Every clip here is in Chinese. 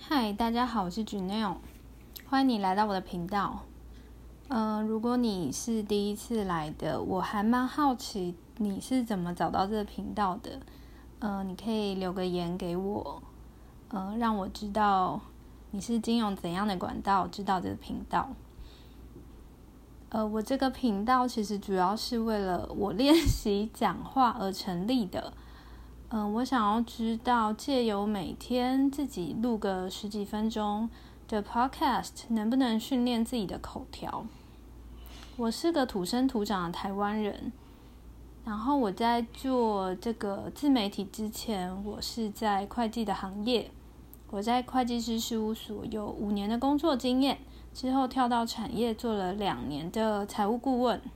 嗨，大家好，我是 Janelle， 欢迎你来到我的频道。如果你是第一次来的，我还蛮好奇你是怎么找到这个频道的。你可以留个言给我，让我知道你是经由怎样的管道知道这个频道。我这个频道其实主要是为了我练习讲话而成立的。我想要知道借由每天自己录个10几分钟的 podcast 能不能训练自己的口条。我是个土生土长的台湾人，然后我在做这个自媒体之前，我是在会计的行业，我在会计师事务所有5年的工作经验，之后跳到产业做了2年的财务顾问。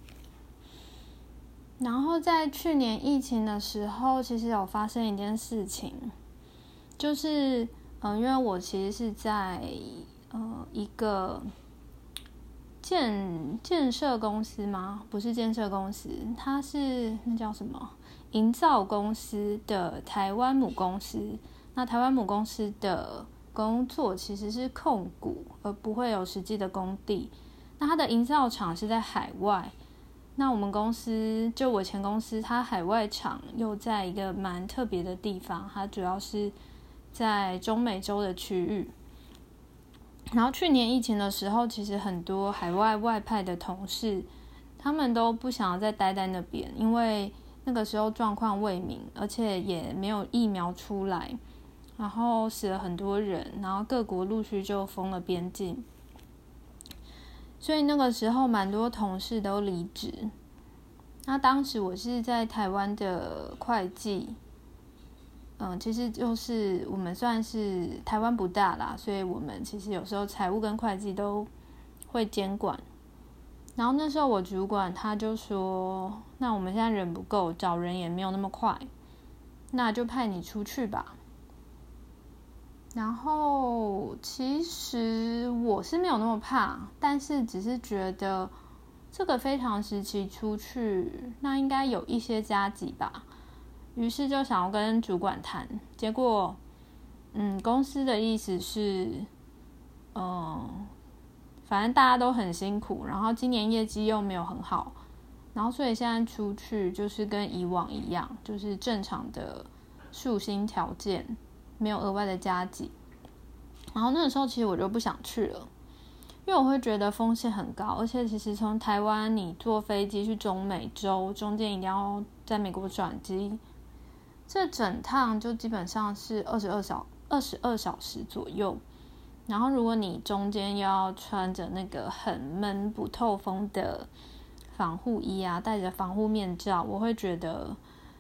然后在去年疫情的时候，其实有发生一件事情，就是因为我其实是在一个建设公司吗？不是建设公司，它是那叫什么？营造公司的台湾母公司。那台湾母公司的工作其实是控股，而不会有实际的工地。那它的营造厂是在海外。那我们公司就我前公司，它海外厂又在一个蛮特别的地方，它主要是在中美洲的区域。然后去年疫情的时候，其实很多海外外派的同事，他们都不想要再待在那边，因为那个时候状况未明，而且也没有疫苗出来，然后死了很多人，然后各国陆续就封了边境。所以那个时候蛮多同事都离职。那当时我是在台湾的会计，其实就是我们算是台湾不大啦，所以我们其实有时候财务跟会计都会监管。然后那时候我主管他就说，那我们现在人不够，找人也没有那么快，那就派你出去吧。然后其实我是没有那么怕，但是只是觉得这个非常时期出去，那应该有一些加急吧。于是就想要跟主管谈，结果公司的意思是反正大家都很辛苦，然后今年业绩又没有很好，然后所以现在出去就是跟以往一样，就是正常的树薪条件，没有额外的加急。然后那个时候其实我就不想去了，因为我会觉得风险很高，而且其实从台湾你坐飞机去中美洲，中间一定要在美国转机，这整趟就基本上是22小时左右。然后如果你中间要穿着那个很闷不透风的防护衣啊，戴着防护面罩，我会觉得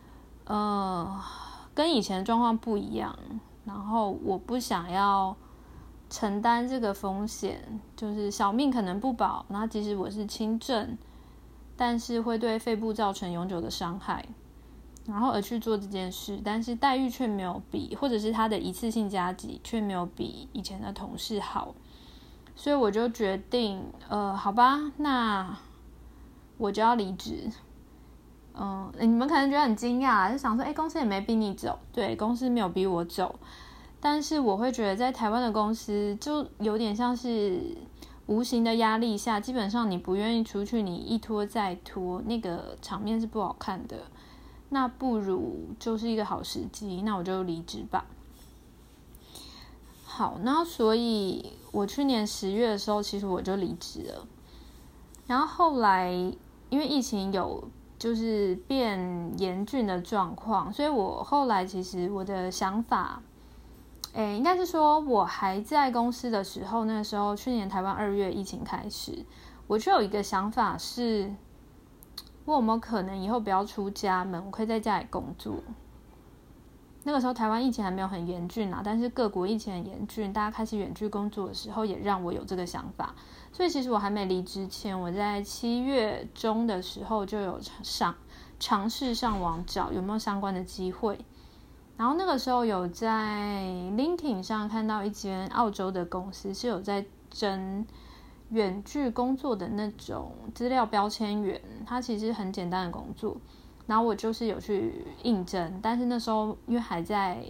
跟以前的状况不一样。然后我不想要承担这个风险，就是小命可能不保，然后即使我是轻症，但是会对肺部造成永久的伤害，然后而去做这件事，但是待遇却没有比，或者是他的一次性加急却没有比以前的同事好。所以我就决定好吧，那我就要离职。你们可能觉得很惊讶，就想说公司也没逼你走。对，公司没有逼我走，但是我会觉得在台湾的公司就有点像是无形的压力下，基本上你不愿意出去，你一拖再拖，那个场面是不好看的。那不如就是一个好时机，那我就离职吧。好，那所以我去年10月的时候，其实我就离职了。然后后来因为疫情有就是变严峻的状况，所以我后来其实我的想法，应该是说我还在公司的时候，那时候去年台湾2月疫情开始，我就有一个想法是，我有没有可能以后不要出家门，我可以在家里工作。那个时候台湾疫情还没有很严峻啊，但是各国疫情很严峻，大家开始远距工作的时候，也让我有这个想法。所以其实我还没离职前，我在7月中的时候就有尝试上网找有没有相关的机会。然后那个时候有在 LinkedIn 上看到一间澳洲的公司是有在征远距工作的那种资料标签员，它其实很简单的工作。然后我就是有去应征，但是那时候因为还在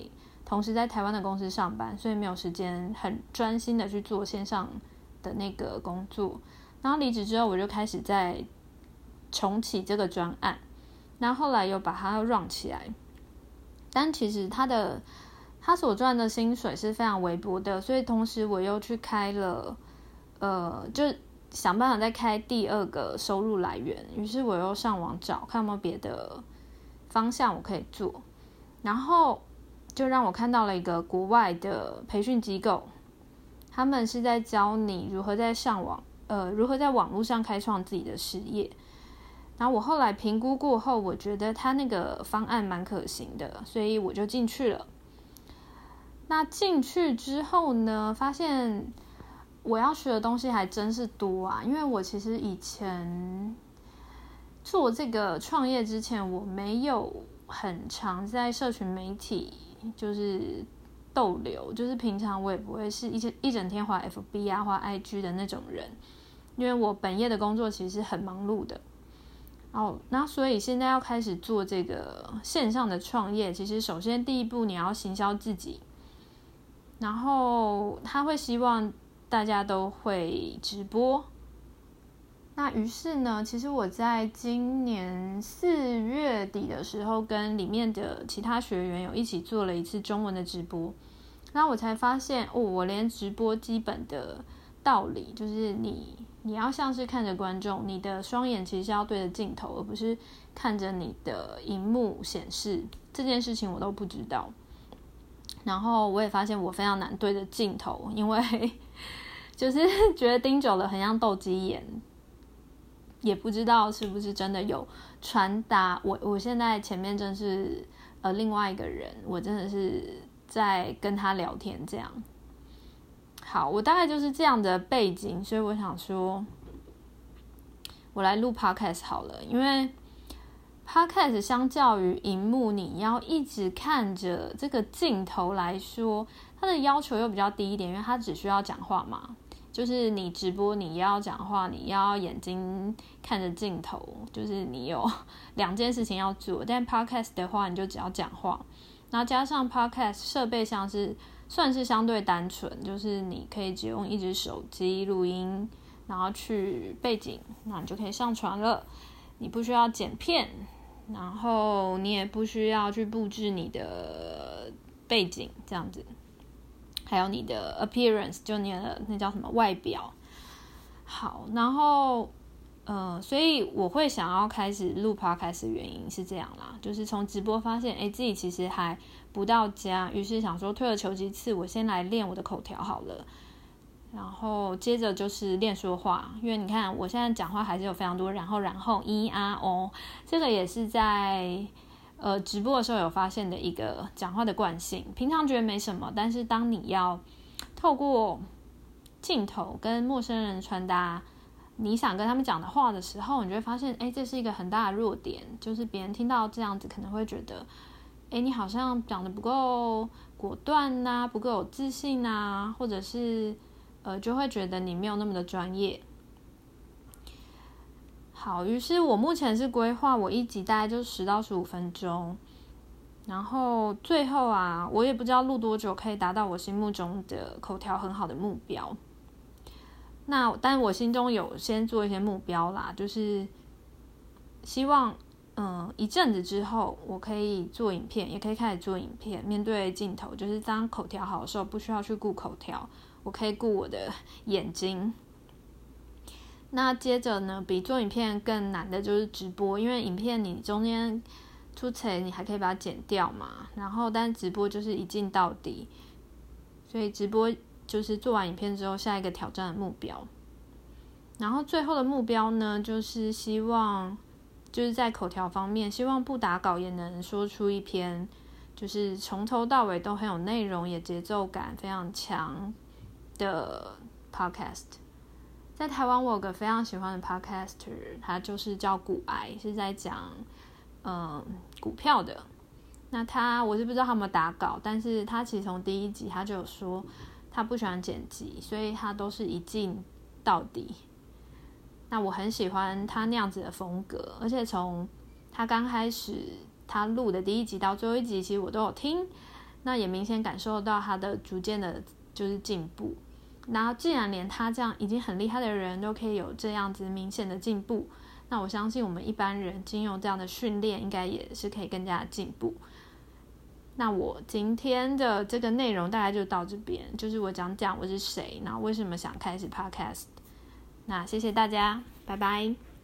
同时在台湾的公司上班，所以没有时间很专心的去做线上的那个工作。然后离职之后，我就开始在重启这个专案，然后后来又把它 run 起来。但其实他所赚的薪水是非常微薄的，所以同时我又去开了就想办法再开第二个收入来源。于是我又上网找看有没有别的方向我可以做，然后就让我看到了一个国外的培训机构，他们是在教你如何在网络上开创自己的事业。然后我后来评估过后，我觉得他那个方案蛮可行的，所以我就进去了。那进去之后呢，发现我要学的东西还真是多啊，因为我其实以前做这个创业之前，我没有很常在社群媒体就是逗留，就是平常我也不会是一整天滑 FB 啊滑 IG 的那种人，因为我本业的工作其实是很忙碌的。那所以现在要开始做这个线上的创业，其实首先第一步你要行销自己，然后他会希望大家都会直播。那于是呢，其实我在今年4月底的时候，跟里面的其他学员有一起做了一次中文的直播，然后我才发现我连直播基本的道理，就是你要像是看着观众，你的双眼其实是要对着镜头，而不是看着你的荧幕显示，这件事情我都不知道。然后我也发现我非常难对着镜头，因为就是觉得盯久了很像斗鸡眼，也不知道是不是真的有传达。我现在前面真是另外一个人，我真的是在跟他聊天这样。好，我大概就是这样的背景，所以我想说我来录 podcast 好了。因为 podcast 相较于荧幕你要一直看着这个镜头来说，它的要求又比较低一点，因为它只需要讲话嘛，就是你直播你要讲话，你要眼睛看着镜头，就是你有2件事情要做。但 podcast 的话你就只要讲话，然后加上 podcast 设备算是相对单纯，就是你可以只用一只手机录音，然后去背景，那你就可以上传了。你不需要剪片，然后你也不需要去布置你的背景这样子，还有你的 appearance， 就你的那叫什么外表。好，然后所以我会想要开始录 podcast 的原因是这样啦，就是从直播发现自己其实还不到家，于是想说退而求其次，我先来练我的口条好了，然后接着就是练说话。因为你看我现在讲话还是有非常多然后这个也是在直播的时候有发现的一个讲话的惯性。平常觉得没什么，但是当你要透过镜头跟陌生人传达你想跟他们讲的话的时候，你就会发现这是一个很大的弱点，就是别人听到这样子可能会觉得你好像讲的不够果断啊，不够有自信啊，或者是就会觉得你没有那么的专业。好，于是我目前是规划我一集大概就10到15分钟，然后最后我也不知道录多久可以达到我心目中的口条很好的目标。但我心中有先做一些目标啦，就是希望一阵子之后我可以做影片，也可以开始做影片，面对镜头，就是当口条好的时候不需要去顾口条，我可以顾我的眼睛。那接着呢，比做影片更难的就是直播，因为影片你中间出错你还可以把它剪掉嘛，然后但直播就是一镜到底，所以直播就是做完影片之后下一个挑战的目标。然后最后的目标呢，就是希望就是在口条方面，希望不打稿也能说出一篇就是从头到尾都很有内容，也节奏感非常强的 podcast。在台湾我有个非常喜欢的 podcaster， 他就是叫股癌，是在讲股票的。那我是不知道他有没有打稿，但是他其实从第1集他就有说他不喜欢剪辑，所以他都是一镜到底。那我很喜欢他那样子的风格，而且从他刚开始他录的第1集到最后1集其实我都有听， 那也明显感受到他的逐渐的就是进步。然后既然连他这样已经很厉害的人都可以有这样子明显的进步，那我相信我们一般人经由这样的训练应该也是可以更加的进步。那我今天的这个内容大概就到这边，就是我讲我是谁，然后为什么想开始 podcast。那谢谢大家，拜拜。